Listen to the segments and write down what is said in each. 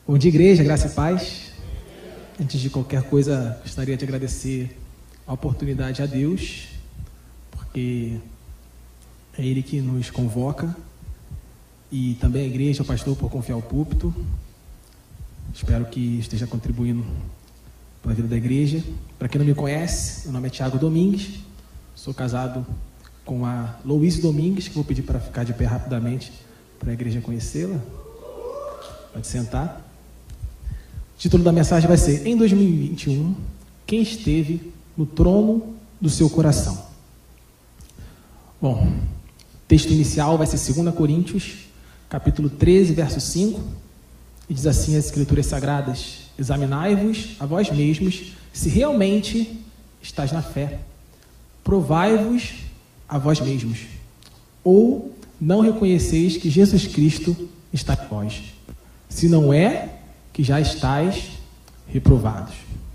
Bom dia, igreja, graça e paz. Antes de qualquer coisa, gostaria de agradecer a oportunidade a Deus, porque é Ele que nos convoca, e também a igreja, o pastor, por confiar o púlpito. Espero que esteja contribuindo para a vida da igreja. Para quem não me conhece, meu nome é Thiago Domingues, sou casado com a Louise Domingues, que vou pedir para ficar de pé rapidamente para a igreja conhecê-la. Pode sentar. O título da mensagem vai ser: em 2021, quem esteve no trono do seu coração? Bom, o texto inicial vai ser 2 Coríntios, capítulo 13, verso 5, e diz assim as Escrituras Sagradas: examinai-vos a vós mesmos, se realmente estáis na fé. Provai-vos a vós mesmos, ou não reconheceis que Jesus Cristo está em vós? Se não é, que já estáis reprovados.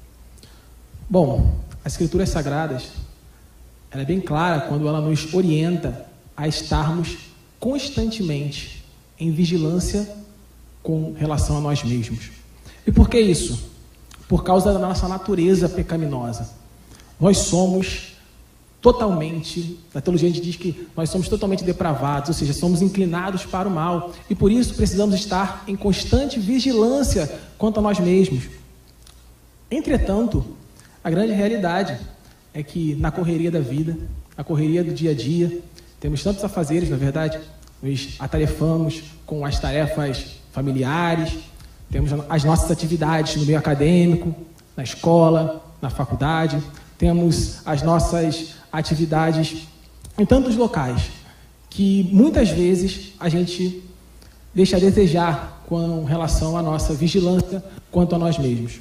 Bom, as Escrituras Sagradas, ela é bem clara quando ela nos orienta a estarmos constantemente em vigilância com relação a nós mesmos. E por que isso? Por causa da nossa natureza pecaminosa. Nós somos totalmente, na teologia a gente diz que nós somos totalmente depravados, ou seja, somos inclinados para o mal, e por isso precisamos estar em constante vigilância quanto a nós mesmos. Entretanto, a grande realidade é que na correria da vida, na correria do dia a dia, temos tantos afazeres, na verdade, nos atarefamos com as tarefas familiares, temos as nossas atividades no meio acadêmico, na escola, na faculdade, temos as nossas atividades em tantos locais que muitas vezes a gente deixa a desejar com relação à nossa vigilância quanto a nós mesmos.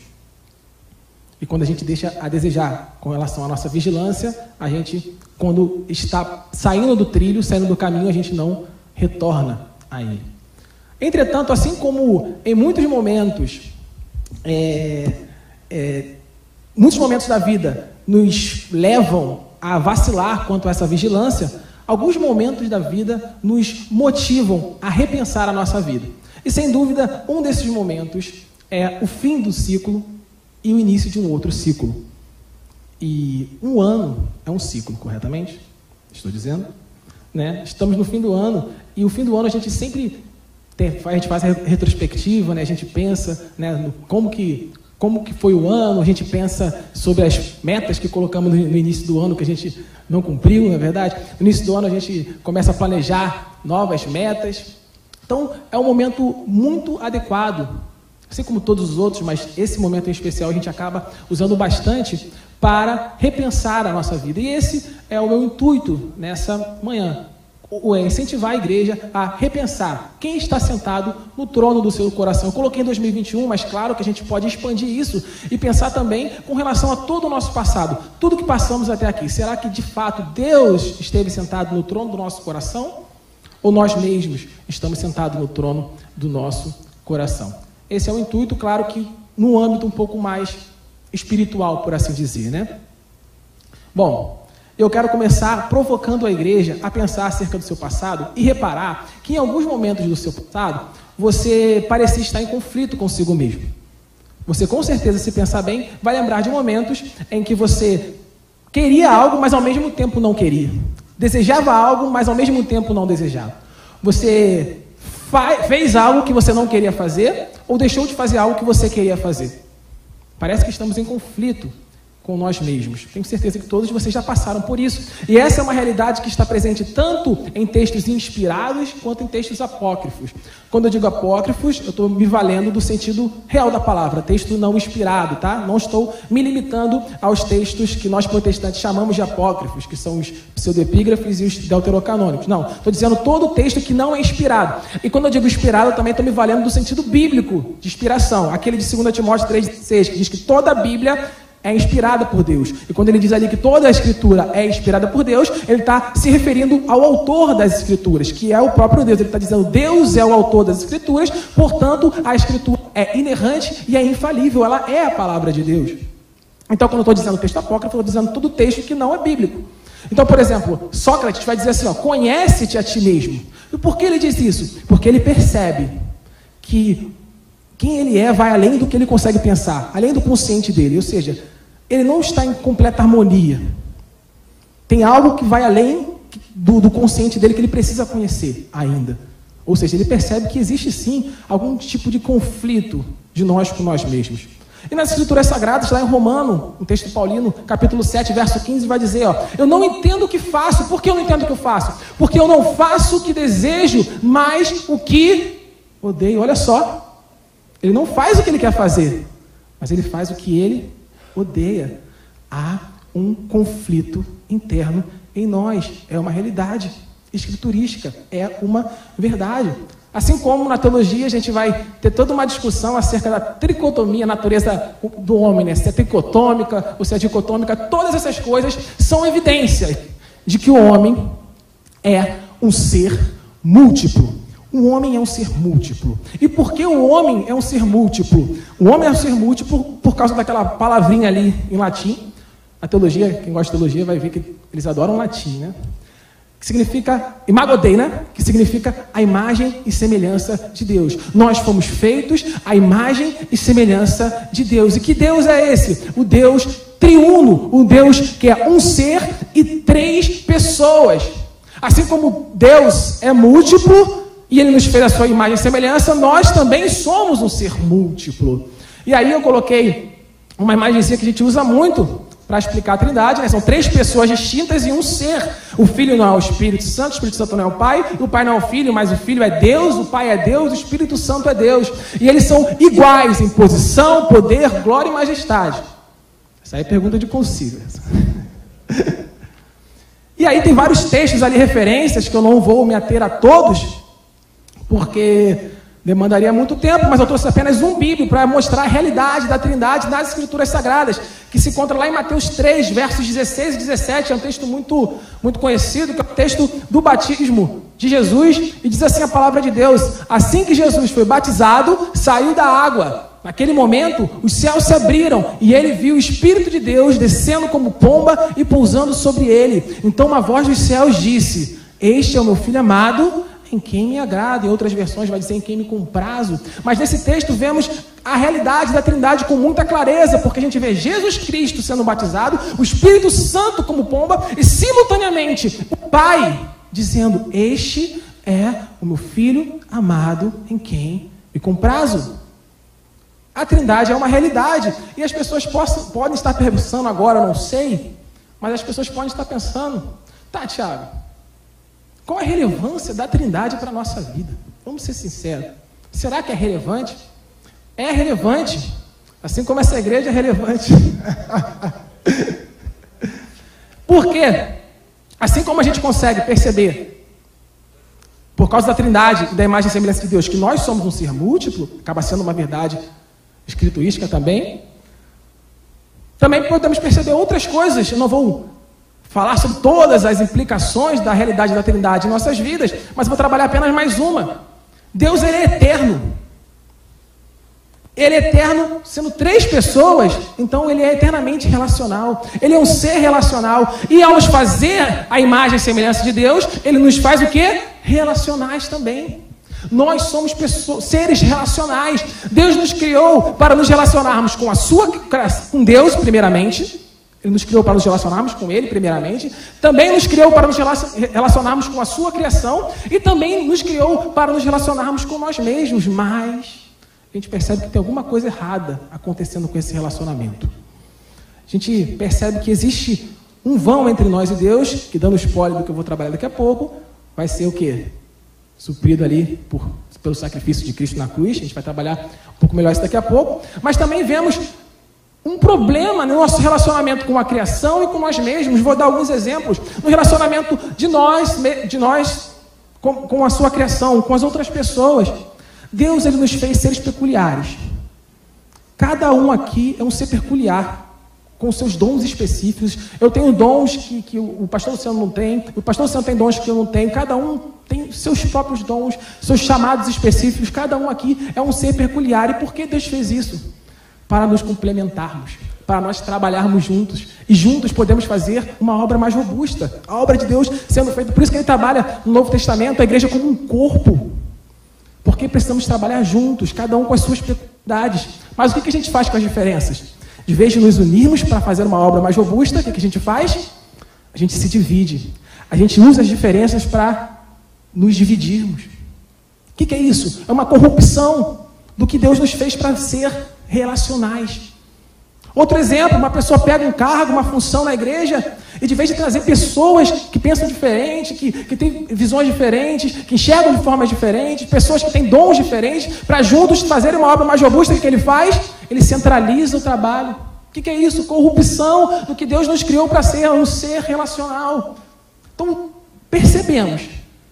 E quando a gente deixa a desejar com relação à nossa vigilância, a gente, quando está saindo do trilho, saindo do caminho, a gente não retorna a ele. Entretanto, assim como em muitos momentos da vida nos levam a vacilar quanto a essa vigilância, alguns momentos da vida nos motivam a repensar a nossa vida. E sem dúvida, um desses momentos é o fim do ciclo e o início de um outro ciclo. E um ano é um ciclo, corretamente? Estou dizendo, né? Estamos no fim do ano, e o fim do ano a gente sempre a gente faz a retrospectiva, né? A gente pensa, né, no como que foi o ano, a gente pensa sobre as metas que colocamos no início do ano que a gente não cumpriu, não é verdade? No início do ano a gente começa a planejar novas metas. Então é um momento muito adequado, assim como todos os outros, mas esse momento em especial a gente acaba usando bastante para repensar a nossa vida. E esse é o meu intuito nessa manhã. É incentivar a igreja a repensar quem está sentado no trono do seu coração. Eu coloquei em 2021, mas claro que a gente pode expandir isso e pensar também com relação a todo o nosso passado, tudo que passamos até aqui. Será que de fato Deus esteve sentado no trono do nosso coração? Ou nós mesmos estamos sentados no trono do nosso coração? Esse é o intuito, claro que no âmbito um pouco mais espiritual, por assim dizer, né? Bom, eu quero começar provocando a igreja a pensar acerca do seu passado e reparar que em alguns momentos do seu passado você parecia estar em conflito consigo mesmo. Você com certeza, se pensar bem, vai lembrar de momentos em que você queria algo, mas ao mesmo tempo não queria. Desejava algo, mas ao mesmo tempo não desejava. Você fez algo que você não queria fazer ou deixou de fazer algo que você queria fazer. Parece que estamos em conflito com nós mesmos. Tenho certeza que todos vocês já passaram por isso. E essa é uma realidade que está presente tanto em textos inspirados quanto em textos apócrifos. Quando eu digo apócrifos, eu estou me valendo do sentido real da palavra, texto não inspirado, tá? Não estou me limitando aos textos que nós protestantes chamamos de apócrifos, que são os pseudoepígrafes e os deuterocanônicos. Não, estou dizendo todo texto que não é inspirado. E quando eu digo inspirado, eu também estou me valendo do sentido bíblico de inspiração. Aquele de 2 Timóteo 3,16, que diz que toda a Bíblia é inspirada por Deus. E quando ele diz ali que toda a Escritura é inspirada por Deus, ele está se referindo ao autor das Escrituras, que é o próprio Deus. Ele está dizendo: Deus é o autor das Escrituras, portanto, a Escritura é inerrante e é infalível. Ela é a palavra de Deus. Então, quando eu estou dizendo texto apócrifo, eu estou dizendo todo texto que não é bíblico. Então, por exemplo, Sócrates vai dizer assim, ó, conhece-te a ti mesmo. E por que ele diz isso? Porque ele percebe que quem ele é vai além do que ele consegue pensar, além do consciente dele, ou seja, ele não está em completa harmonia. Tem algo que vai além do consciente dele que ele precisa conhecer ainda. Ou seja, ele percebe que existe sim algum tipo de conflito de nós com nós mesmos. E nas Escrituras Sagradas, lá em Romano, no texto paulino, capítulo 7, verso 15, vai dizer, eu não entendo o que faço. Por que eu não entendo o que eu faço? Porque eu não faço o que desejo, mas o que odeio. Olha só, ele não faz o que ele quer fazer, mas ele faz o que ele odeia. Há um conflito interno em nós. É uma realidade escriturística, é uma verdade. Assim como na teologia a gente vai ter toda uma discussão acerca da tricotomia, a natureza do homem, né? Se é tricotômica ou se é dicotômica, todas essas coisas são evidências de que o homem é um ser múltiplo. O homem é um ser múltiplo. E por que o homem é um ser múltiplo? O homem é um ser múltiplo por causa daquela palavrinha ali em latim. A teologia, quem gosta de teologia vai ver que eles adoram latim, né? Que significa imago Dei, né? Que significa a imagem e semelhança de Deus. Nós fomos feitos à imagem e semelhança de Deus. E que Deus é esse? O Deus triuno, o Deus que é um ser e três pessoas. Assim como Deus é múltiplo e Ele nos fez a sua imagem e semelhança, nós também somos um ser múltiplo. E aí eu coloquei uma imagenzinha que a gente usa muito para explicar a Trindade, né? São três pessoas distintas e um ser. O Filho não é o Espírito Santo não é o Pai, o Pai não é o Filho, mas o Filho é Deus, o Pai é Deus, o Espírito Santo é Deus. E eles são iguais em posição, poder, glória e majestade. Essa aí é pergunta de concílio. E aí tem vários textos ali, referências, que eu não vou me ater a todos, porque demandaria muito tempo, mas eu trouxe apenas um bíblio para mostrar a realidade da Trindade nas Escrituras Sagradas, que se encontra lá em Mateus 3, versos 16 e 17, é um texto muito conhecido, que é o texto do batismo de Jesus, e diz assim a palavra de Deus: assim que Jesus foi batizado, saiu da água. Naquele momento, os céus se abriram, e ele viu o Espírito de Deus descendo como pomba e pousando sobre ele. Então uma voz dos céus disse: este é o meu Filho amado, em quem me agrada. Em outras versões vai dizer em quem me comprazo. Mas nesse texto vemos a realidade da Trindade com muita clareza, porque a gente vê Jesus Cristo sendo batizado, o Espírito Santo como pomba, e simultaneamente o Pai dizendo: este é o meu Filho amado, em quem me comprazo. A Trindade é uma realidade, e as pessoas podem estar pensando agora, não sei, mas as pessoas podem estar pensando: tá, Tiago, qual a relevância da Trindade para a nossa vida? Vamos ser sinceros. Será que é relevante? É relevante. Assim como essa igreja é relevante. Por quê? Assim como a gente consegue perceber, por causa da Trindade e da imagem e semelhança de Deus, que nós somos um ser múltiplo, acaba sendo uma verdade escriturística também podemos perceber outras coisas. Eu não vou falar sobre todas as implicações da realidade da Trindade em nossas vidas, mas vou trabalhar apenas mais uma. Deus, ele é eterno. Ele é eterno, sendo três pessoas, então ele é eternamente relacional. Ele é um ser relacional. E ao nos fazer a imagem e semelhança de Deus, ele nos faz o quê? Relacionais também. Nós somos seres relacionais. Deus nos criou para nos relacionarmos com Deus, primeiramente. Ele nos criou para nos relacionarmos com Ele, primeiramente. Também nos criou para nos relacionarmos com a sua criação. E também nos criou para nos relacionarmos com nós mesmos. Mas a gente percebe que tem alguma coisa errada acontecendo com esse relacionamento. A gente percebe que existe um vão entre nós e Deus, que, dando spoiler do que eu vou trabalhar daqui a pouco, vai ser o quê? Suprido ali pelo sacrifício de Cristo na cruz. A gente vai trabalhar um pouco melhor isso daqui a pouco. Mas também vemos um problema no nosso relacionamento com a criação e com nós mesmos. Vou dar alguns exemplos. No relacionamento de nós com a sua criação, com as outras pessoas. Deus, ele nos fez seres peculiares. Cada um aqui é um ser peculiar, com seus dons específicos. Eu tenho dons que o pastor Luciano não tem, o pastor Luciano tem dons que eu não tenho, cada um tem seus próprios dons, seus chamados específicos, cada um aqui é um ser peculiar. E por que Deus fez isso? Para nos complementarmos, para nós trabalharmos juntos, e juntos podemos fazer uma obra mais robusta, a obra de Deus sendo feita. Por isso que ele trabalha no Novo Testamento, a igreja como um corpo, porque precisamos trabalhar juntos, cada um com as suas dificuldades. Mas o que a gente faz com as diferenças? De vez de nos unirmos para fazer uma obra mais robusta, o que a gente faz? A gente se divide. A gente usa as diferenças para nos dividirmos. O que é isso? É uma corrupção do que Deus nos fez para ser relacionais. Outro exemplo, uma pessoa pega um cargo, uma função na igreja, e de vez de trazer pessoas que pensam diferente, que têm visões diferentes, que enxergam de formas diferentes, pessoas que têm dons diferentes, para juntos fazerem uma obra mais robusta, o que ele faz? Ele centraliza o trabalho. O que é isso? Corrupção do que Deus nos criou para ser, um ser relacional. Então, percebemos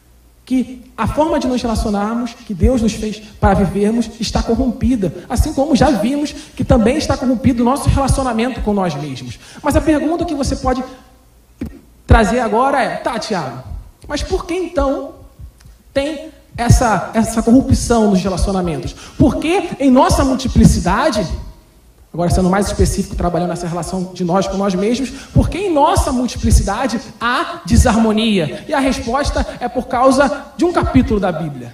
que a forma de nos relacionarmos, que Deus nos fez para vivermos, está corrompida. Assim como já vimos que também está corrompido o nosso relacionamento com nós mesmos. Mas a pergunta que você pode trazer agora é, tá, Tiago, mas por que então tem essa corrupção nos relacionamentos? Porque em nossa multiplicidade, agora sendo mais específico, trabalhando nessa relação de nós com nós mesmos, porque em nossa multiplicidade há desarmonia? E a resposta é por causa de um capítulo da Bíblia.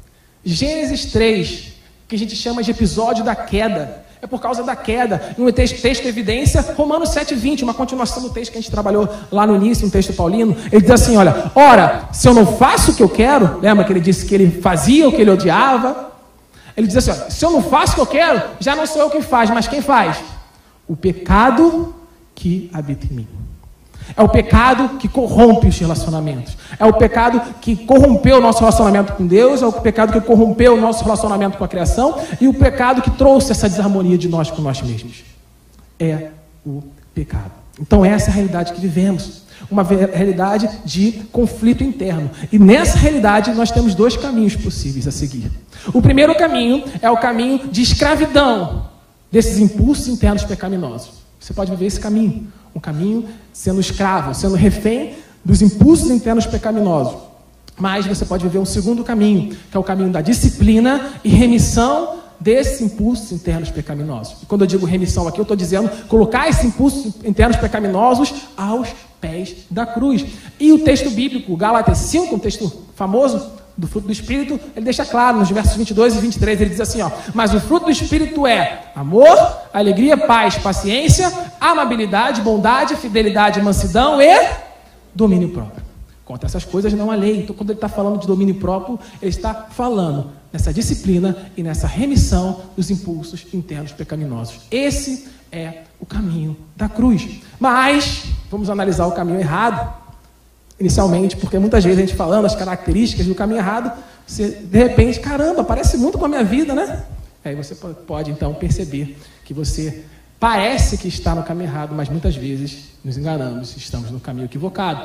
Gênesis 3, que a gente chama de episódio da queda. É por causa da queda. Em um texto evidência, Romanos 7:20, uma continuação do texto que a gente trabalhou lá no início, um texto paulino. Ele diz assim, olha, ora, se eu não faço o que eu quero, lembra que ele disse que ele fazia o que ele odiava? Ele diz assim, olha, se eu não faço o que eu quero, já não sou eu quem faz, mas quem faz? O pecado que habita em mim. É o pecado que corrompe os relacionamentos. É o pecado que corrompeu o nosso relacionamento com Deus, é o pecado que corrompeu o nosso relacionamento com a criação e o pecado que trouxe essa desarmonia de nós com nós mesmos. É o pecado. Então essa é a realidade que vivemos. Uma realidade de conflito interno. E nessa realidade nós temos dois caminhos possíveis a seguir. O primeiro caminho é o caminho de escravidão desses impulsos internos pecaminosos. Você pode viver esse caminho. Um caminho sendo escravo, sendo refém dos impulsos internos pecaminosos. Mas você pode viver um segundo caminho, que é o caminho da disciplina e remissão desses impulsos internos pecaminosos. E quando eu digo remissão aqui, eu estou dizendo colocar esses impulsos internos pecaminosos aos pés da cruz. E o texto bíblico, Gálatas 5, um texto famoso do fruto do Espírito, ele deixa claro nos versos 22 e 23, ele diz assim, ó, mas o fruto do Espírito é amor, alegria, paz, paciência, amabilidade, bondade, fidelidade, mansidão e domínio próprio. Contra essas coisas não há lei. Então, quando ele está falando de domínio próprio, ele está falando nessa disciplina e nessa remissão dos impulsos internos pecaminosos. Esse é o caminho da cruz. Mas, vamos analisar o caminho errado. Inicialmente, porque muitas vezes a gente falando as características do caminho errado, você, de repente, caramba, parece muito com a minha vida, né? Aí você pode, então, perceber que você parece que está no caminho errado, mas muitas vezes nos enganamos, estamos no caminho equivocado.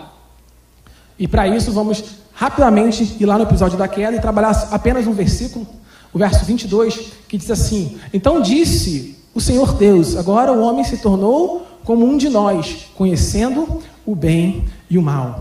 E para isso, vamos rapidamente ir lá no episódio da queda e trabalhar apenas um versículo, o verso 22, que diz assim, então disse o Senhor Deus, agora o homem se tornou como um de nós, conhecendo o bem e o mal.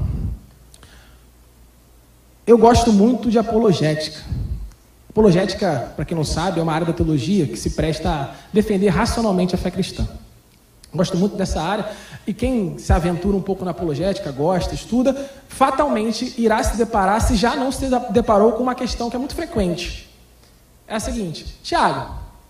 Eu gosto muito de apologética. Apologética, para quem não sabe, é uma área da teologia que se presta a defender racionalmente a fé cristã. Gosto muito dessa área, e quem se aventura um pouco na apologética, gosta, estuda, fatalmente irá se deparar, se já não se deparou, com uma questão que é muito frequente. É a seguinte, Tiago,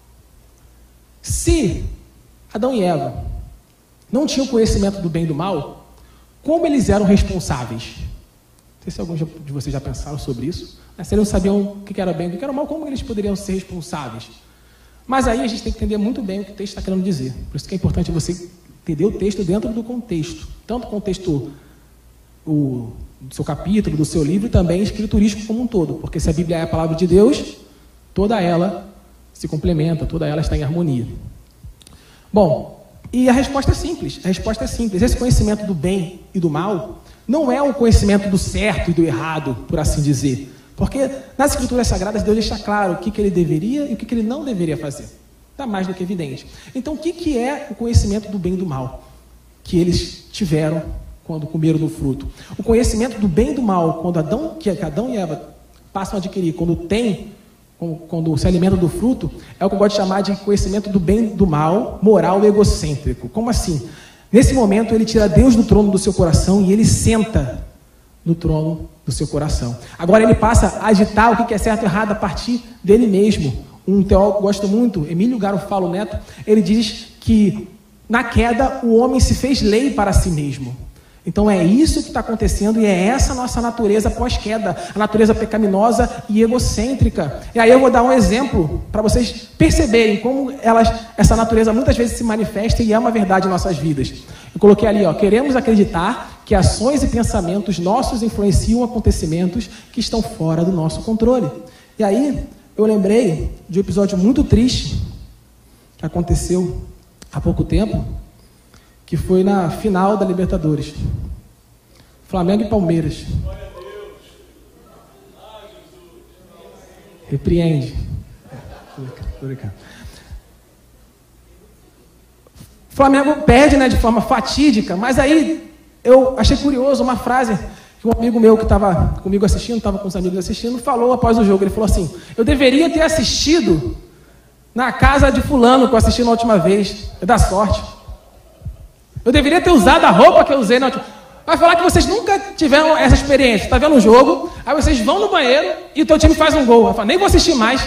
se Adão e Eva não tinham conhecimento do bem e do mal, como eles eram responsáveis? Não sei se alguns de vocês já pensaram sobre isso. Se eles não sabiam o que era bem e o que era mal, como eles poderiam ser responsáveis? Mas aí a gente tem que entender muito bem o que o texto está querendo dizer. Por isso que é importante você entender o texto dentro do contexto. Tanto o contexto do seu capítulo, do seu livro, e também escriturístico como um todo. Porque se a Bíblia é a palavra de Deus, toda ela se complementa, toda ela está em harmonia. Bom, e a resposta é simples. A resposta é simples. Esse conhecimento do bem e do mal não é um conhecimento do certo e do errado, por assim dizer. Porque nas Escrituras Sagradas Deus deixa claro o que ele deveria e o que ele não deveria fazer. Está mais do que evidente. Então, o que é o conhecimento do bem e do mal que eles tiveram quando comeram do fruto? O conhecimento do bem e do mal, que Adão e Eva passam a adquirir, quando se alimentam do fruto, é o que eu gosto de chamar de conhecimento do bem e do mal, moral e egocêntrico. Como assim? Nesse momento, ele tira Deus do trono do seu coração e ele senta no trono do seu coração. Agora ele passa a agitar o que é certo e errado a partir dele mesmo. um teólogo que eu gosto muito, Emílio Garofalo Neto, ele diz que na queda o homem se fez lei para si mesmo. Então é isso que está acontecendo e é essa nossa natureza pós-queda, a natureza pecaminosa e egocêntrica. E aí eu vou dar um exemplo para vocês perceberem como essa natureza muitas vezes se manifesta e é uma verdade em nossas vidas. Eu coloquei ali, queremos acreditar que ações e pensamentos nossos influenciam acontecimentos que estão fora do nosso controle. E aí eu lembrei de um episódio muito triste que aconteceu há pouco tempo, que foi na final da Libertadores. Flamengo e Palmeiras. Repreende. Tô brincando. O Flamengo perde, de forma fatídica, mas aí eu achei curioso uma frase que um amigo meu que estava comigo assistindo, estava com os amigos assistindo, falou após o jogo. Ele falou assim: eu deveria ter assistido na casa de fulano que eu assisti na última vez. É da sorte. Eu deveria ter usado a roupa que eu usei na última. Vai falar que vocês nunca tiveram essa experiência. Está vendo um jogo, aí vocês vão no banheiro e o teu time faz um gol. Vai falar, nem vou assistir mais.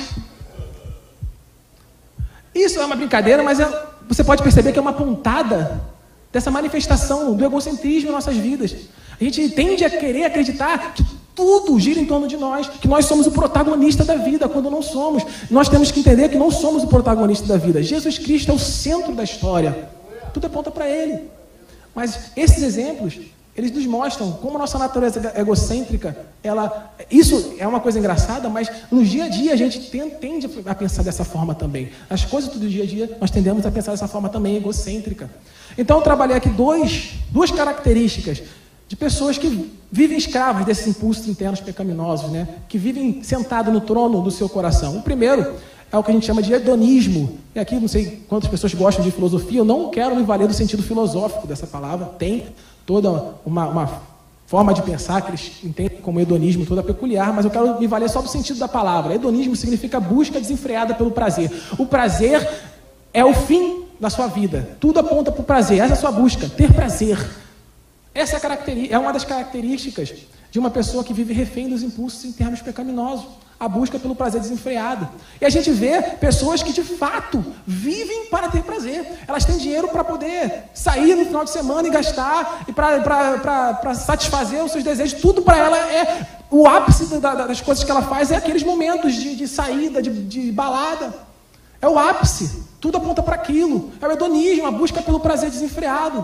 Isso é uma brincadeira, mas você pode perceber que é uma pontada dessa manifestação do egocentrismo em nossas vidas. A gente tende a querer acreditar que tudo gira em torno de nós, que nós somos o protagonista da vida, quando não somos. Nós temos que entender que não somos o protagonista da vida. Jesus Cristo é o centro da história. Tudo aponta para Ele. Mas esses exemplos, eles nos mostram como a nossa natureza egocêntrica, isso é uma coisa engraçada, mas no dia a dia a gente tende a pensar dessa forma também. As coisas do dia a dia, nós tendemos a pensar dessa forma também egocêntrica. Então eu trabalhei aqui duas características de pessoas que vivem escravas desses impulsos internos pecaminosos, que vivem sentados no trono do seu coração. O primeiro é o que a gente chama de hedonismo. E aqui, não sei quantas pessoas gostam de filosofia, eu não quero me valer do sentido filosófico dessa palavra. Tem toda uma forma de pensar que eles entendem como hedonismo toda peculiar, mas eu quero me valer só do sentido da palavra. Hedonismo significa busca desenfreada pelo prazer. O prazer é o fim da sua vida. Tudo aponta para o prazer. Essa é a sua busca, ter prazer. Essa é uma das características de uma pessoa que vive refém dos impulsos internos pecaminosos. A busca pelo prazer desenfreado. E a gente vê pessoas que de fato vivem para ter prazer. Elas têm dinheiro para poder sair no final de semana e gastar, e para satisfazer os seus desejos. Tudo para ela é o ápice das coisas que ela faz, é aqueles momentos de saída, de balada. É o ápice. Tudo aponta para aquilo. É o hedonismo, a busca pelo prazer desenfreado.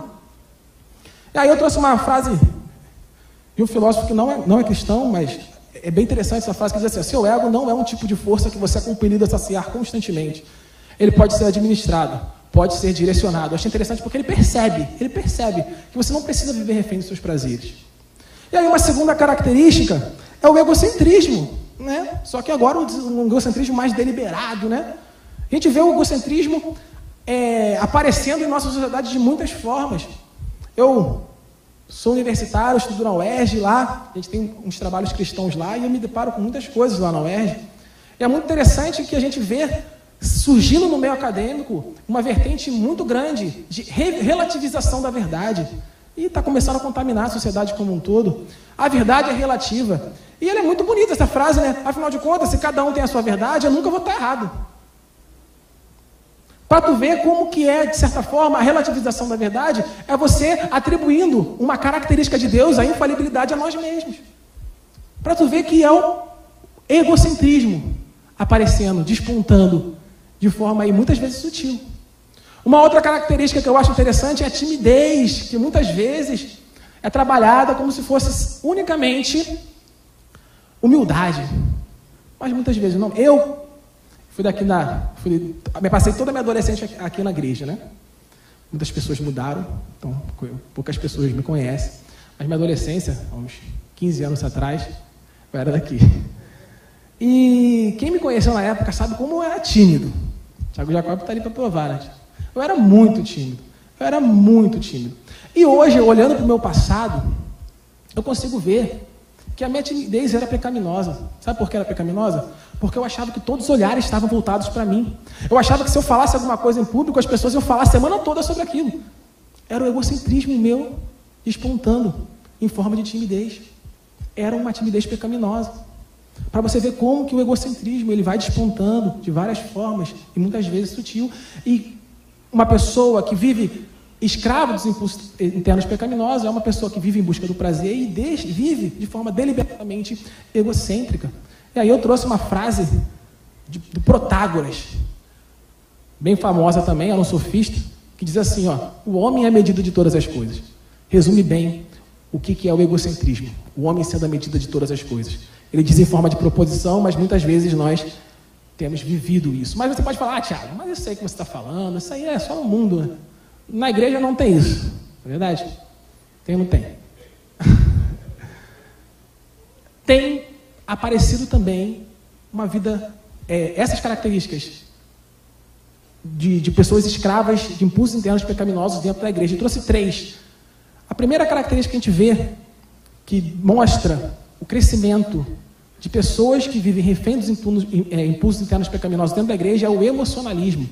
E aí eu trouxe uma frase de um filósofo que não é cristão, mas é bem interessante essa frase que diz assim: seu ego não é um tipo de força que você é compelido a saciar constantemente. Ele pode ser administrado, pode ser direcionado. Eu achei interessante porque ele percebe que você não precisa viver refém dos seus prazeres. E aí uma segunda característica é o egocentrismo, Só que agora um egocentrismo mais deliberado, A gente vê o egocentrismo aparecendo em nossa sociedade de muitas formas. Eu sou universitário, estudo na UERJ, lá a gente tem uns trabalhos cristãos lá, e eu me deparo com muitas coisas lá na UERJ. E é muito interessante que a gente vê surgindo no meio acadêmico uma vertente muito grande de relativização da verdade. E está começando a contaminar a sociedade como um todo. A verdade é relativa. E ela é muito bonita, essa frase, Afinal de contas, se cada um tem a sua verdade, eu nunca vou estar errado. Para tu ver como que é, de certa forma, a relativização da verdade é você atribuindo uma característica de Deus, a infalibilidade, a nós mesmos. Para tu ver que é o egocentrismo aparecendo, despontando, de forma aí muitas vezes sutil. Uma outra característica que eu acho interessante é a timidez, que muitas vezes é trabalhada como se fosse unicamente humildade. Mas muitas vezes não. Eu me passei toda a minha adolescência aqui na igreja, Muitas pessoas mudaram, então poucas pessoas me conhecem. Mas minha adolescência, há uns 15 anos atrás, eu era daqui. E quem me conheceu na época sabe como eu era tímido. Thiago Jacob está ali para provar, Eu era muito tímido. E hoje, olhando para o meu passado, eu consigo ver que a minha timidez era pecaminosa. Sabe por que era pecaminosa? Porque eu achava que todos os olhares estavam voltados para mim. Eu achava que se eu falasse alguma coisa em público, as pessoas iam falar a semana toda sobre aquilo. Era o egocentrismo meu despontando em forma de timidez. Era uma timidez pecaminosa. Para você ver como que o egocentrismo ele vai despontando de várias formas e muitas vezes sutil. E uma pessoa que vive escravo dos impulsos internos pecaminosos é uma pessoa que vive em busca do prazer e vive de forma deliberadamente egocêntrica. E aí eu trouxe uma frase do Protágoras, bem famosa também, era um sofista, que diz assim, ó: o homem é a medida de todas as coisas. Resume bem o que é o egocentrismo. O homem sendo a medida de todas as coisas. Ele diz em forma de proposição, mas muitas vezes nós temos vivido isso. Mas você pode falar, Tiago, mas eu sei o que você está falando, isso aí é só no mundo, né? Na igreja não tem isso, é verdade? Tem ou não tem? Tem aparecido também uma vida, essas características de pessoas escravas de impulsos internos pecaminosos dentro da igreja. Eu trouxe 3. A primeira característica que a gente vê, que mostra o crescimento de pessoas que vivem refém dos impulsos internos pecaminosos dentro da igreja, é o emocionalismo.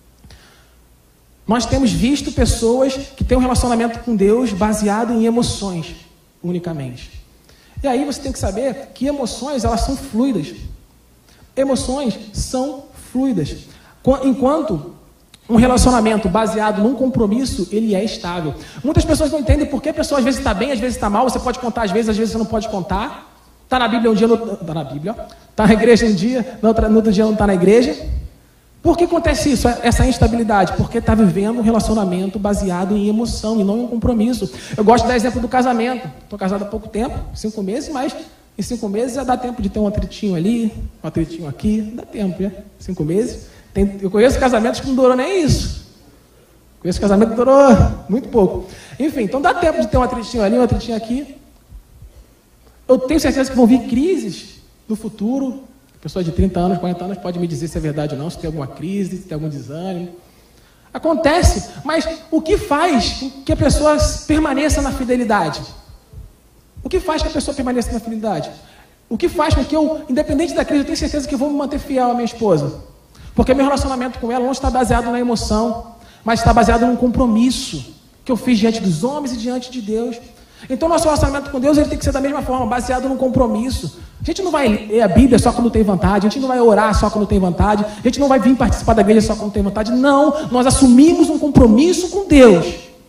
Nós temos visto pessoas que têm um relacionamento com Deus baseado em emoções, unicamente. E aí você tem que saber que emoções, elas são fluidas. Emoções são fluidas. Enquanto um relacionamento baseado num compromisso, ele é estável. Muitas pessoas não entendem por que a pessoa às vezes está bem, às vezes está mal. Você pode contar às vezes você não pode contar. Está na Bíblia um dia, está na Bíblia, está na igreja um dia, no outro dia não está na igreja. Por que acontece isso, essa instabilidade? Porque está vivendo um relacionamento baseado em emoção e não em um compromisso. Eu gosto de dar exemplo do casamento. Estou casado há pouco tempo, 5 meses, mas em 5 meses já dá tempo de ter um atritinho ali, um atritinho aqui, dá tempo, né? 5 meses. Eu conheço casamentos que não durou nem isso. Conheço casamento que durou muito pouco. Enfim, então dá tempo de ter um atritinho ali, um atritinho aqui. Eu tenho certeza que vão vir crises no futuro. Pessoa de 30 anos, 40 anos pode me dizer se é verdade ou não, se tem alguma crise, se tem algum desânimo. Acontece, mas o que faz que a pessoa permaneça na fidelidade? O que faz que a pessoa permaneça na fidelidade? O que faz com que eu, independente da crise, eu tenho certeza que eu vou me manter fiel à minha esposa? Porque meu relacionamento com ela não está baseado na emoção, mas está baseado num compromisso que eu fiz diante dos homens e diante de Deus. Então, nosso relacionamento com Deus ele tem que ser da mesma forma, baseado num compromisso. A gente não vai ler a Bíblia só quando tem vontade, a gente não vai orar só quando tem vontade, a gente não vai vir participar da igreja só quando tem vontade. Não, nós assumimos um compromisso com Deus.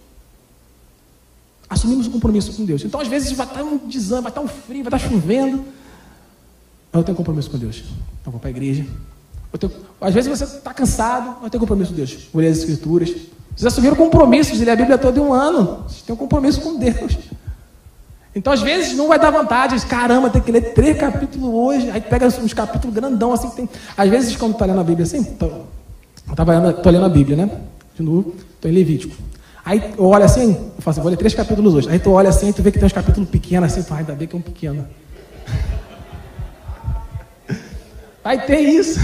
Assumimos um compromisso com Deus. Então, às vezes, vai estar um desânimo, vai estar um frio, vai estar chovendo. Eu tenho compromisso com Deus. Então, vou para a igreja. Às vezes, você está cansado, eu tenho compromisso com Deus. Vou ler as Escrituras. Vocês assumiram compromissos de ler a Bíblia toda em um ano. Vocês têm um compromisso com Deus. Então, às vezes, não vai dar vontade. Caramba, tem que ler 3 capítulos hoje. Aí pega uns capítulos grandão, assim. Que tem... Às vezes, quando está lendo a Bíblia, assim... Estou lendo a Bíblia, né? De novo, estou em Levítico. Aí eu olho assim, eu falo assim, vou ler 3 capítulos hoje. Aí tu olha assim, e tu vê que tem uns capítulos pequenos, assim. Ainda bem que é um pequeno. Vai ter isso.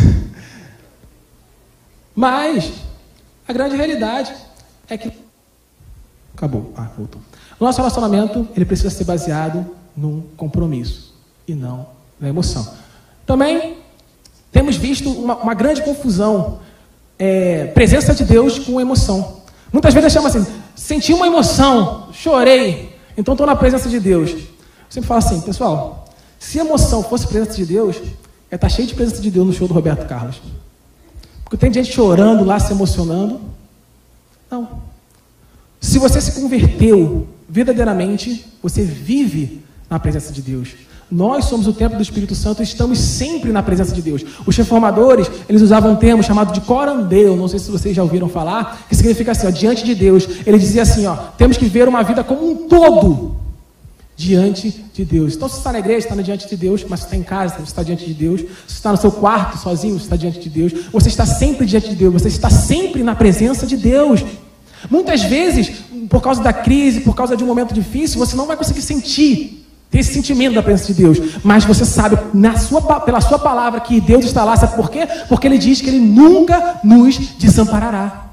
Mas, a grande realidade é que... Acabou. Voltou. O nosso relacionamento, ele precisa ser baseado num compromisso e não na emoção. Também temos visto uma grande confusão, presença de Deus com emoção. Muitas vezes chama assim, senti uma emoção, chorei, então estou na presença de Deus. Eu sempre falo assim, pessoal, se emoção fosse presença de Deus, estar cheio de presença de Deus no show do Roberto Carlos. Porque tem gente chorando lá, se emocionando. Não. Se você se converteu verdadeiramente, você vive na presença de Deus. Nós somos o templo do Espírito Santo e estamos sempre na presença de Deus. Os reformadores, eles usavam um termo chamado de corandeu, não sei se vocês já ouviram falar, que significa assim, ó, diante de Deus. Ele dizia assim, ó, temos que ver uma vida como um todo diante de Deus. Então, se você está na igreja, está diante de Deus, mas se está em casa, você está diante de Deus. Se você está no seu quarto, sozinho, você está diante de Deus. Você está sempre diante de Deus, você está sempre na presença de Deus. Muitas vezes, por causa da crise, por causa de um momento difícil, você não vai conseguir sentir, ter esse sentimento da presença de Deus. Mas você sabe, pela sua palavra, que Deus está lá. Sabe por quê? Porque Ele diz que Ele nunca nos desamparará.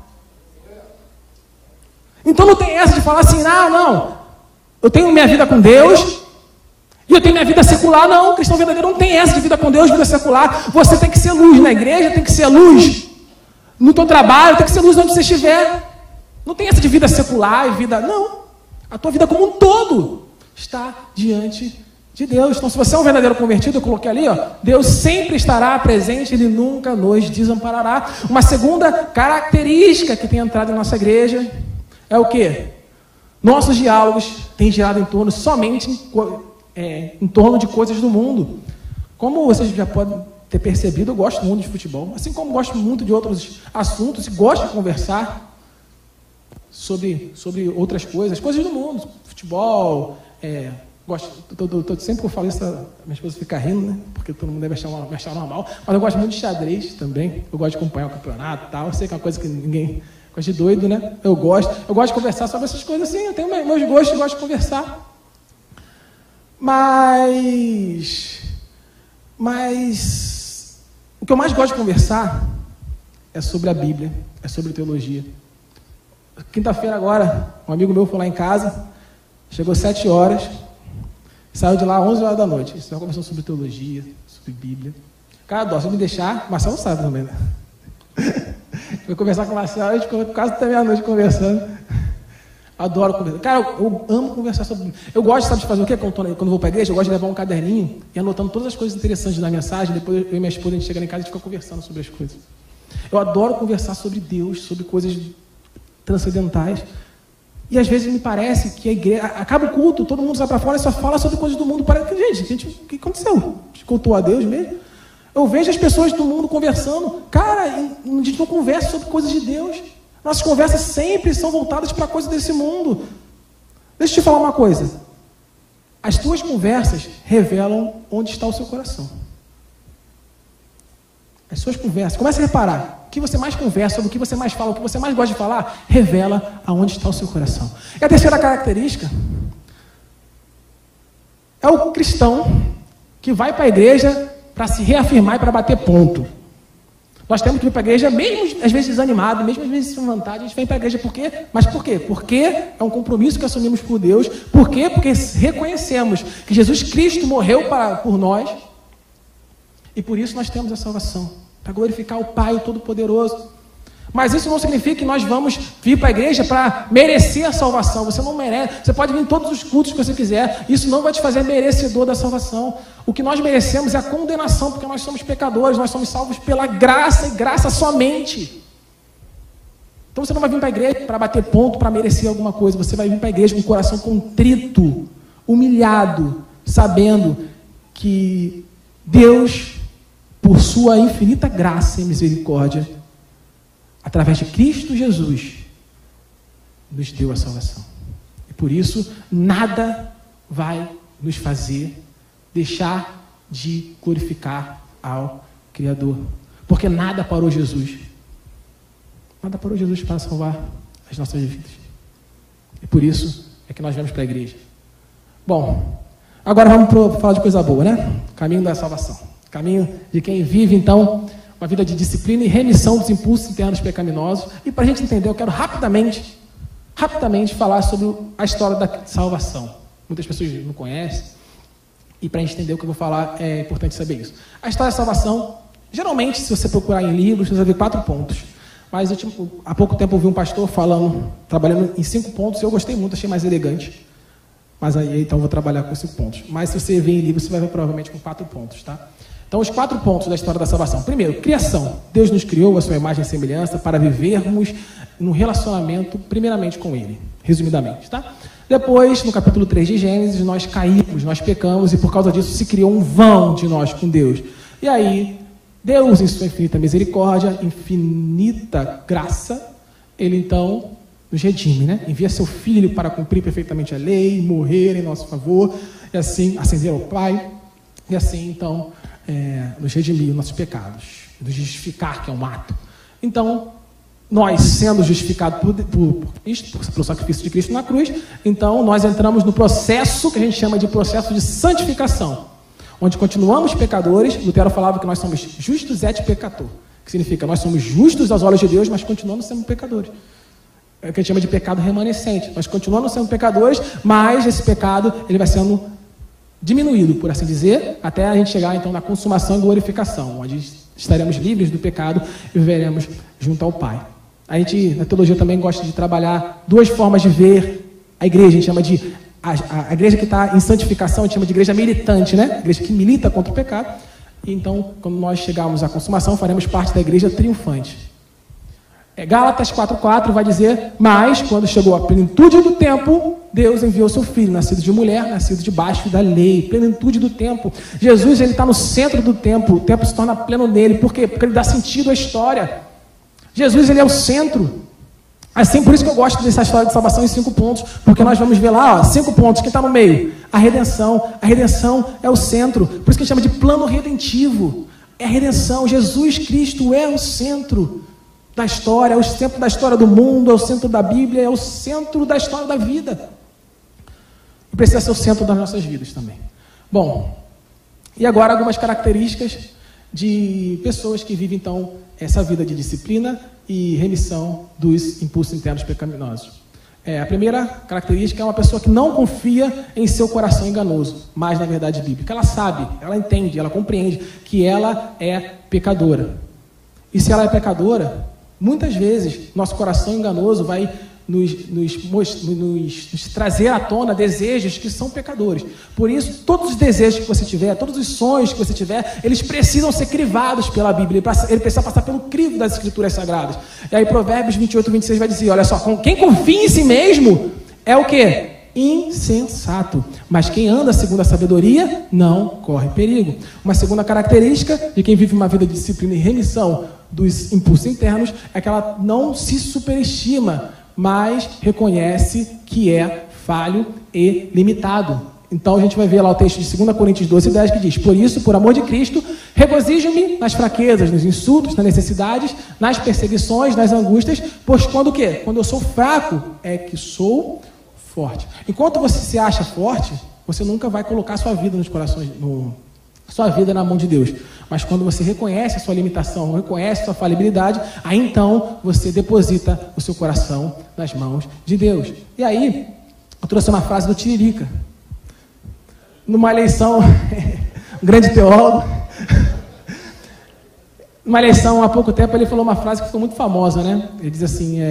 Então não tem essa de falar assim, não, eu tenho minha vida com Deus e eu tenho minha vida secular. Não, o cristão verdadeiro não tem essa de vida com Deus, vida secular. Você tem que ser luz na igreja, tem que ser luz no teu trabalho, tem que ser luz onde você estiver. Não tem essa de vida secular e vida... Não. A tua vida como um todo está diante de Deus. Então, se você é um verdadeiro convertido, eu coloquei ali, ó, Deus sempre estará presente, Ele nunca nos desamparará. Uma segunda característica que tem entrado em nossa igreja é o quê? Nossos diálogos têm girado em torno somente em torno de coisas do mundo. Como vocês já podem ter percebido, eu gosto muito de futebol, assim como gosto muito de outros assuntos e gosto de conversar sobre outras coisas do mundo, futebol, sempre que eu falo isso, minha esposa fica rindo, né? Porque todo mundo deve achar normal, mas eu gosto muito de xadrez também, eu gosto de acompanhar o campeonato e tal, eu sei que é uma coisa que ninguém gosta de doido, né? Eu gosto de conversar sobre essas coisas assim, eu tenho meus gostos e gosto de conversar. Mas o que eu mais gosto de conversar é sobre a Bíblia, é sobre teologia. Quinta-feira agora, um amigo meu foi lá em casa, chegou 7 horas, saiu de lá 11 horas da noite. Isso é conversando sobre teologia, sobre Bíblia. Cara, adoro, se eu me deixar, Marcelo sabe também, né? Fui conversar com o Marcelo, a gente ficou quase até meia-noite conversando. Adoro conversar. Cara, eu amo conversar sobre... Eu gosto, sabe, de fazer o quê? Quando vou para a igreja, eu gosto de levar um caderninho e anotando todas as coisas interessantes da mensagem. Depois eu e minha esposa, a gente chega em casa e fica conversando sobre as coisas. Eu adoro conversar sobre Deus, sobre coisas transcendentais. E às vezes me parece que a igreja... Acaba o culto, todo mundo sai para fora e só fala sobre coisas do mundo. Parece que, gente, o que aconteceu? A gente cultuou a Deus mesmo? Eu vejo as pessoas do mundo conversando. Cara, a gente não conversa sobre coisas de Deus. Nossas conversas sempre são voltadas para coisas desse mundo. Deixa eu te falar uma coisa. As tuas conversas revelam onde está o seu coração. As suas conversas, comece a reparar. O que você mais conversa, sobre o que você mais fala, o que você mais gosta de falar, revela aonde está o seu coração. E a terceira característica é o cristão que vai para a igreja para se reafirmar e para bater ponto. Nós temos que vir para a igreja, mesmo às vezes desanimado, mesmo às vezes sem vontade, a gente vem para a igreja por quê? Mas por quê? Porque é um compromisso que assumimos por Deus. Por quê? Porque reconhecemos que Jesus Cristo morreu por nós e por isso nós temos a salvação, para glorificar o Pai o Todo-Poderoso. Mas isso não significa que nós vamos vir para a igreja para merecer a salvação. Você não merece. Você pode vir em todos os cultos que você quiser. Isso não vai te fazer merecedor da salvação. O que nós merecemos é a condenação, porque nós somos pecadores. Nós somos salvos pela graça e graça somente. Então você não vai vir para a igreja para bater ponto, para merecer alguma coisa. Você vai vir para a igreja com o coração contrito, humilhado, sabendo que Deus, por sua infinita graça e misericórdia, através de Cristo Jesus, nos deu a salvação. E por isso, nada vai nos fazer deixar de glorificar ao Criador. Porque nada parou Jesus. Nada parou Jesus para salvar as nossas vidas. E por isso é que nós vamos para a igreja. Bom, agora vamos falar de coisa boa, né? Caminho da salvação. Caminho de quem vive, então, uma vida de disciplina e remissão dos impulsos internos pecaminosos. E para a gente entender, eu quero rapidamente falar sobre a história da salvação. Muitas pessoas não conhecem. E para a gente entender o que eu vou falar, é importante saber isso. A história da salvação, geralmente, se você procurar em livros, você vai ver 4 pontos. Mas há pouco tempo eu vi um pastor trabalhando em 5 pontos, e eu gostei muito, achei mais elegante. Mas aí, então, eu vou trabalhar com 5 pontos. Mas se você ver em livro, você vai ver provavelmente com 4 pontos, tá? Então, os 4 pontos da história da salvação. Primeiro, criação. Deus nos criou a sua imagem e semelhança para vivermos num relacionamento, primeiramente, com Ele. Resumidamente, tá? Depois, no capítulo 3 de Gênesis, nós caímos, nós pecamos, e por causa disso se criou um vão de nós com Deus. E aí, Deus, em sua infinita misericórdia, infinita graça, Ele, então, nos redime, né? Envia seu Filho para cumprir perfeitamente a lei, morrer em nosso favor, e assim, ascender ao Pai, e assim, então, nos redimir os nossos pecados, nos justificar, que é um ato. Então, nós sendo justificados por Cristo, pelo sacrifício de Cristo na cruz, então nós entramos no processo que a gente chama de processo de santificação, onde continuamos pecadores. Lutero falava que nós somos justus et peccator, que significa nós somos justos aos olhos de Deus, mas continuamos sendo pecadores. É o que a gente chama de pecado remanescente. Nós continuamos sendo pecadores, mas esse pecado ele vai sendo diminuído, por assim dizer, até a gente chegar então na consumação e glorificação, onde estaremos livres do pecado e viveremos junto ao Pai. A gente, na teologia, também gosta de trabalhar 2 formas de ver a igreja. A gente chama de a igreja que está em santificação, a gente chama de igreja militante, né? Igreja que milita contra o pecado. E então, quando nós chegarmos à consumação, faremos parte da igreja triunfante. Gálatas 4,4 vai dizer: mas quando chegou a plenitude do tempo, Deus enviou seu Filho, nascido de mulher, nascido debaixo da lei. Plenitude do tempo. Jesus, ele está no centro do tempo. O tempo se torna pleno nele. Por quê? Porque ele dá sentido à história. Jesus, ele é o centro. Assim, por isso que eu gosto dessa história de salvação em 5 pontos, porque nós vamos ver lá, 5 pontos, quem está no meio? A redenção é o centro, por isso que a gente chama de plano redentivo, é a redenção. Jesus Cristo é o centro da história, é o centro da história do mundo, é o centro da Bíblia, é o centro da história da vida, e precisa ser o centro das nossas vidas também. Bom, e agora algumas características de pessoas que vivem então essa vida de disciplina e remissão dos impulsos internos pecaminosos. A primeira característica é uma pessoa que não confia em seu coração enganoso, mas na verdade bíblica. Ela sabe, ela entende, ela compreende que ela é pecadora. E se ela é pecadora, muitas vezes nosso coração enganoso vai nos trazer à tona desejos que são pecadores. Por isso, todos os desejos que você tiver, todos os sonhos que você tiver, eles precisam ser crivados pela Bíblia, ele precisa passar pelo crivo das Escrituras Sagradas. E aí Provérbios 28, 26 vai dizer, olha só, quem confia em si mesmo é o quê? Insensato. Mas quem anda segundo a sabedoria não corre perigo. Uma segunda característica de quem vive uma vida de disciplina e remissão dos impulsos internos é que ela não se superestima, mas reconhece que é falho e limitado. Então a gente vai ver lá o texto de 2 Coríntios 12, 10, que diz: por isso, por amor de Cristo, regozijo-me nas fraquezas, nos insultos, nas necessidades, nas perseguições, nas angústias, pois quando o quê? Quando eu sou fraco, é que sou forte. Enquanto você se acha forte, você nunca vai colocar sua vida nos corações, sua vida na mão de Deus. Mas quando você reconhece a sua limitação, reconhece a sua falibilidade, aí então você deposita o seu coração nas mãos de Deus. E aí, eu trouxe uma frase do Tiririca. Numa eleição, um grande teólogo, numa eleição há pouco tempo, ele falou uma frase que ficou muito famosa, né? Ele diz assim,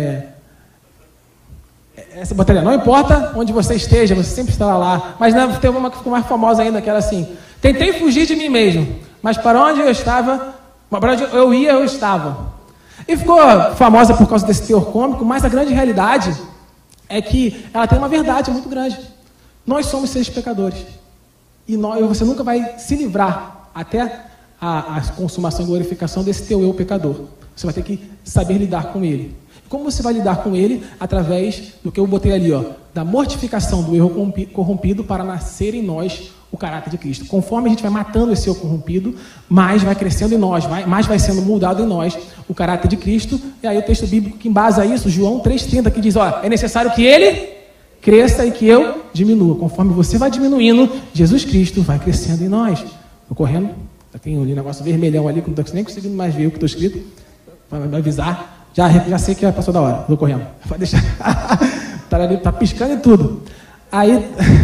essa bateria, não importa onde você esteja, você sempre estará lá. Mas tem uma que ficou mais famosa ainda, que era assim: tentei fugir de mim mesmo, mas para onde eu estava, para onde eu ia, eu estava. E ficou famosa por causa desse teor cômico, mas a grande realidade é que ela tem uma verdade muito grande. Nós somos seres pecadores. E você nunca vai se livrar até a consumação e glorificação desse teu eu pecador. Você vai ter que saber lidar com ele. Como você vai lidar com ele? Através do que eu botei ali, da mortificação do erro corrompido para nascer em nós o caráter de Cristo. Conforme a gente vai matando esse eu corrompido, mais vai crescendo em nós, mais vai sendo moldado em nós o caráter de Cristo. E aí o texto bíblico que embasa isso, João 3,30, que diz, é necessário que ele cresça e que eu diminua. Conforme você vai diminuindo, Jesus Cristo vai crescendo em nós. Estou correndo, tem um negócio vermelhão ali, que não estou nem conseguindo mais ver o que estou escrito, para me avisar. Já sei que já passou da hora, estou correndo. Pode deixar. Tá piscando e tudo. Aí,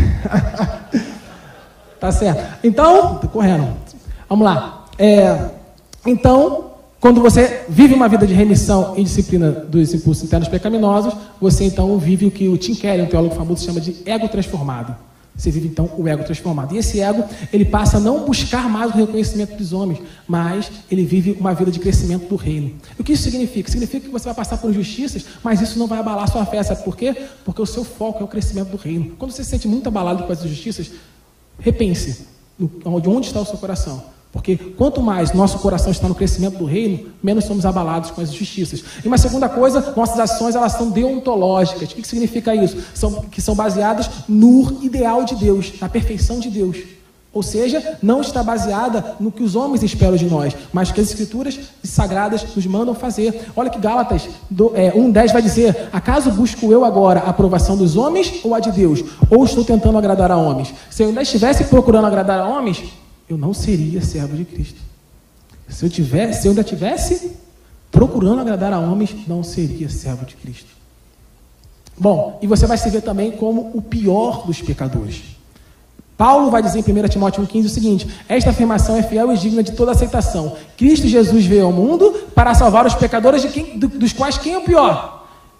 tá certo. Então, estou correndo. Vamos lá. Então, quando você vive uma vida de remissão e disciplina dos impulsos internos pecaminosos, você então vive o que o Tim Keller, um teólogo famoso, chama de ego transformado. Você vive então o ego transformado. E esse ego, ele passa a não buscar mais o reconhecimento dos homens, mas ele vive uma vida de crescimento do reino. E o que isso significa? Significa que você vai passar por injustiças, mas isso não vai abalar a sua fé. Sabe por quê? Porque o seu foco é o crescimento do reino. Quando você se sente muito abalado com as injustiças, repense de onde está o seu coração. Porque quanto mais nosso coração está no crescimento do reino, menos somos abalados com as injustiças. E uma segunda coisa, nossas ações, elas são deontológicas. O que significa isso? Que são baseadas no ideal de Deus, na perfeição de Deus. Ou seja, não está baseada no que os homens esperam de nós, mas que as Escrituras sagradas nos mandam fazer. Olha que Gálatas 1,10 vai dizer: acaso busco eu agora a aprovação dos homens ou a de Deus? Ou estou tentando agradar a homens? Se eu ainda estivesse procurando agradar a homens, eu não seria servo de Cristo. Se eu ainda estivesse procurando agradar a homens, não seria servo de Cristo. Bom, e você vai se ver também como o pior dos pecadores. Paulo vai dizer em 1 Timóteo 1,15 o seguinte: esta afirmação é fiel e digna de toda aceitação. Cristo Jesus veio ao mundo para salvar os pecadores, dos quais quem é o pior?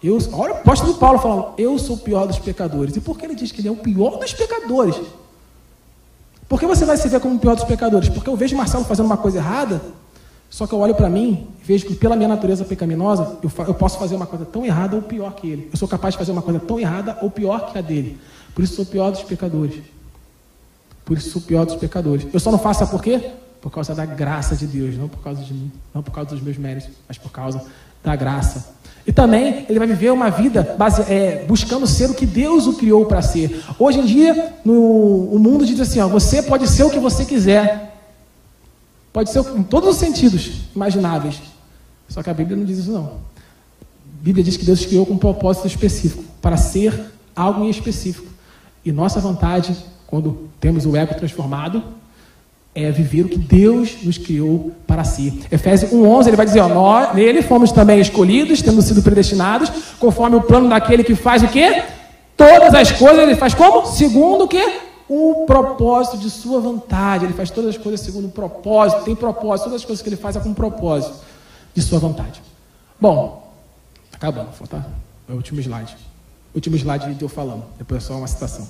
Olha o apóstolo Paulo falando, eu sou o pior dos pecadores. E por que ele diz que ele é o pior dos pecadores? Por que você vai se ver como o pior dos pecadores? Porque eu vejo Marcelo fazendo uma coisa errada, só que eu olho para mim e vejo que pela minha natureza pecaminosa, eu posso fazer uma coisa tão errada ou pior que ele. Eu sou capaz de fazer uma coisa tão errada ou pior que a dele. Por isso sou o pior dos pecadores. Por isso sou o pior dos pecadores. Eu só não faço, sabe por quê? Por causa da graça de Deus, não por causa de mim, não por causa dos meus méritos, mas por causa da graça. E também ele vai viver uma vida buscando ser o que Deus o criou para ser. Hoje em dia, o mundo diz assim, você pode ser o que você quiser. Pode ser em todos os sentidos imagináveis. Só que a Bíblia não diz isso não. A Bíblia diz que Deus criou com um propósito específico, para ser algo em específico. E nossa vontade, quando temos o ego transformado, é viver o que Deus nos criou para si. Efésios 1:11, ele vai dizer, nós, nele fomos também escolhidos, tendo sido predestinados, conforme o plano daquele que faz o quê? Todas as coisas, ele faz como? Segundo o quê? O propósito de sua vontade. Ele faz todas as coisas segundo o propósito, tem propósito, todas as coisas que ele faz é com propósito de sua vontade. Bom, acabando, falta o último slide. Último slide de eu falando, depois é só uma citação.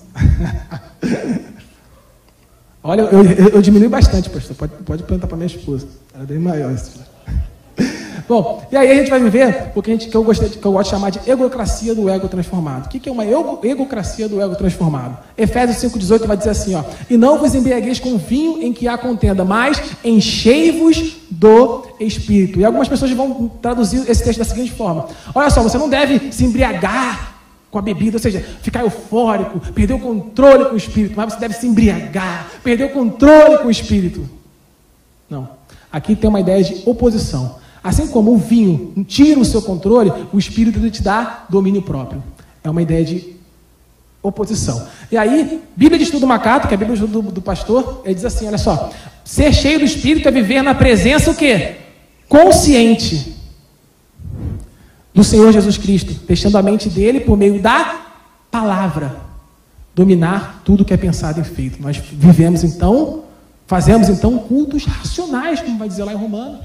Olha, eu diminui bastante, pastor. Pode perguntar para minha esposa. Ela é bem maior. Bom, e aí a gente vai viver o que eu gosto de chamar de egocracia do ego transformado. O que é uma egocracia do ego transformado? Efésios 5:18 vai dizer assim, e não vos embriagueis com vinho em que há contenda, mas enchei-vos do Espírito. E algumas pessoas vão traduzir esse texto da seguinte forma. Olha só, você não deve se embriagar com a bebida, ou seja, ficar eufórico, perder o controle com o Espírito, mas você deve se embriagar, perder o controle com o Espírito. Não. Aqui tem uma ideia de oposição. Assim como o vinho tira o seu controle, o Espírito te dá domínio próprio. É uma ideia de oposição. E aí, Bíblia de Estudo Macato, que é a Bíblia de Estudo do pastor, ele diz assim, olha só, ser cheio do Espírito é viver na presença o quê? Consciente do Senhor Jesus Cristo, deixando a mente dele, por meio da palavra, dominar tudo que é pensado e feito. Nós fazemos então cultos racionais, como vai dizer lá em Romanos.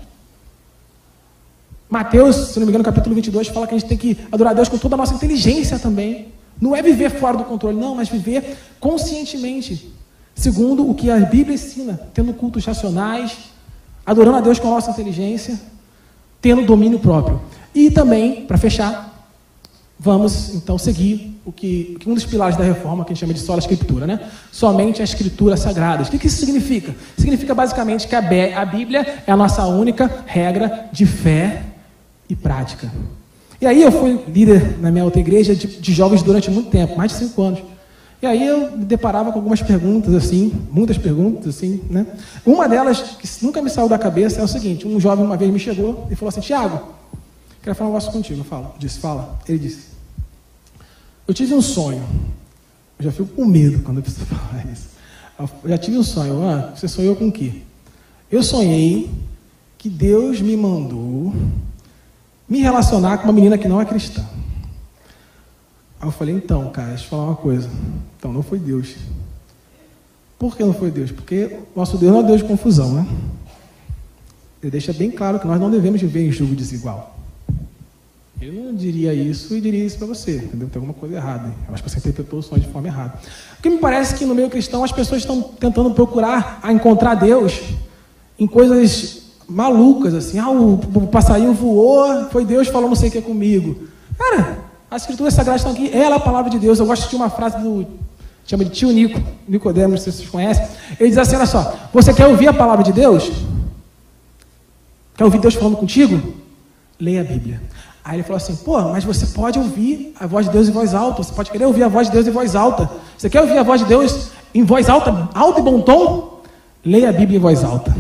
Mateus, se não me engano, no capítulo 22, fala que a gente tem que adorar a Deus com toda a nossa inteligência também. Não é viver fora do controle, não, mas viver conscientemente, segundo o que a Bíblia ensina, tendo cultos racionais, adorando a Deus com a nossa inteligência, tendo domínio próprio. E também, para fechar, vamos então seguir um dos pilares da reforma, que a gente chama de sola escritura, né? Somente a escritura sagrada. O que isso significa? Significa basicamente que a Bíblia é a nossa única regra de fé e prática. E aí eu fui líder na minha outra igreja de jovens durante muito tempo, mais de 5 anos. E aí eu me deparava com algumas perguntas assim, muitas perguntas assim, né? Uma delas, que nunca me saiu da cabeça, é o seguinte, um jovem uma vez me chegou e falou assim, Tiago, quero falar um negócio contigo. Eu disse, fala. Ele disse, eu tive um sonho. Eu já fico com medo quando eu preciso falar isso. Eu já tive um sonho. Você sonhou com o quê? Eu sonhei que Deus me mandou me relacionar com uma menina que não é cristã. Aí eu falei, então, cara, deixa eu falar uma coisa. Então, não foi Deus. Por que não foi Deus? Porque nosso Deus não é Deus de confusão, né? Ele deixa bem claro que nós não devemos viver em julgo desigual. Ele não diria isso e diria isso para você, entendeu? Tem alguma coisa errada. Eu acho que você interpretou o sonho de forma errada. Porque me parece que no meio cristão as pessoas estão tentando procurar encontrar Deus em coisas malucas, assim. O passarinho voou, foi Deus falou não sei o que comigo. Cara, as escrituras sagradas estão aqui, ela é a palavra de Deus. Eu gosto de uma frase chama de tio Nicodemo, não sei se vocês conhecem. Ele diz assim, olha só, você quer ouvir a palavra de Deus? Quer ouvir Deus falando contigo? Leia a Bíblia. Aí ele falou assim, mas você pode ouvir a voz de Deus em voz alta, você pode querer ouvir a voz de Deus em voz alta. Você quer ouvir a voz de Deus em voz alta, alto e bom tom? Leia a Bíblia em voz alta.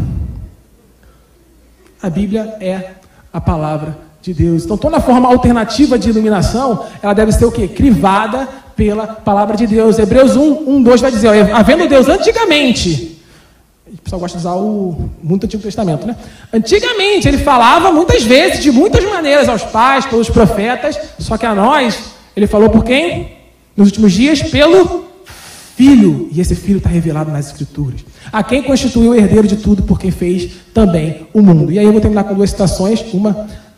A Bíblia é a palavra de Deus. Então toda forma alternativa de iluminação, ela deve ser o quê? Crivada pela palavra de Deus. Hebreus 1:2 vai dizer, havendo Deus antigamente... O pessoal gosta de usar muito Antigo Testamento, né? Antigamente, ele falava muitas vezes, de muitas maneiras, aos pais, pelos profetas, só que a nós, ele falou por quem? Nos últimos dias, pelo Filho. E esse Filho está revelado nas Escrituras. A quem constituiu o herdeiro de tudo, por quem fez também o mundo. E aí eu vou terminar com 2 citações, uma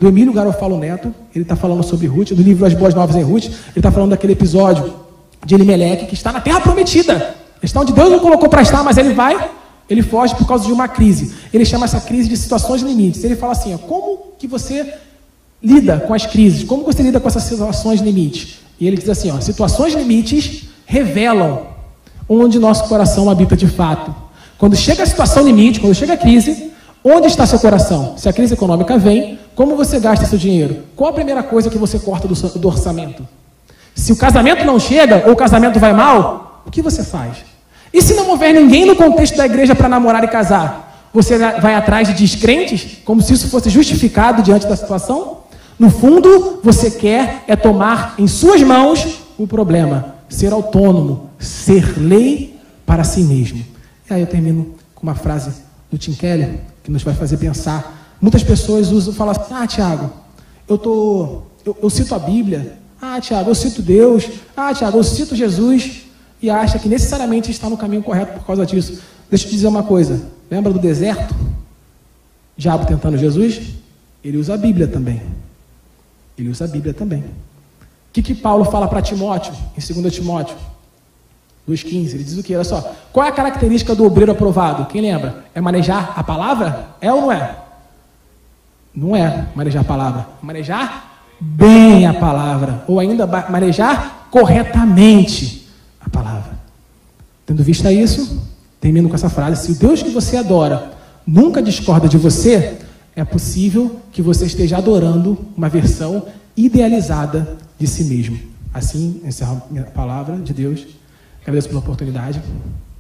do Emílio Garofalo Neto. Ele está falando sobre Ruth, do livro As Boas Novas em Ruth. Ele está falando daquele episódio de Elimeleque, que está na Terra Prometida. Está onde Deus não colocou para estar, mas ele foge por causa de uma crise. Ele chama essa crise de situações limites. Ele fala assim, como que você lida com as crises? Como você lida com essas situações limites? E ele diz assim, situações limites revelam onde nosso coração habita de fato. Quando chega a situação limite, quando chega a crise, onde está seu coração? Se a crise econômica vem, como você gasta seu dinheiro? Qual a primeira coisa que você corta do orçamento? Se o casamento não chega, ou o casamento vai mal, o que você faz? E se não houver ninguém no contexto da igreja para namorar e casar? Você vai atrás de descrentes, como se isso fosse justificado diante da situação? No fundo, você quer tomar em suas mãos o problema, ser autônomo, ser lei para si mesmo. E aí eu termino com uma frase do Tim Keller, que nos vai fazer pensar. Muitas pessoas falam assim, Tiago, eu cito a Bíblia, Tiago, eu cito Deus, Tiago, eu cito Jesus, e acha que necessariamente está no caminho correto por causa disso. Deixa eu te dizer uma coisa, lembra do deserto? O diabo tentando Jesus? Ele usa a Bíblia também. Ele usa a Bíblia também. O que Paulo fala para Timóteo, em 2 Timóteo 2,15? Ele diz o quê? Olha só. Qual é a característica do obreiro aprovado? Quem lembra? É manejar a palavra? É ou não é? Não é manejar a palavra. Manejar bem a palavra. Ou ainda manejar corretamente a palavra. Tendo visto isso, termino com essa frase. Se o Deus que você adora nunca discorda de você, é possível que você esteja adorando uma versão idealizada de si mesmo. Assim, encerro a minha palavra de Deus. Agradeço pela oportunidade.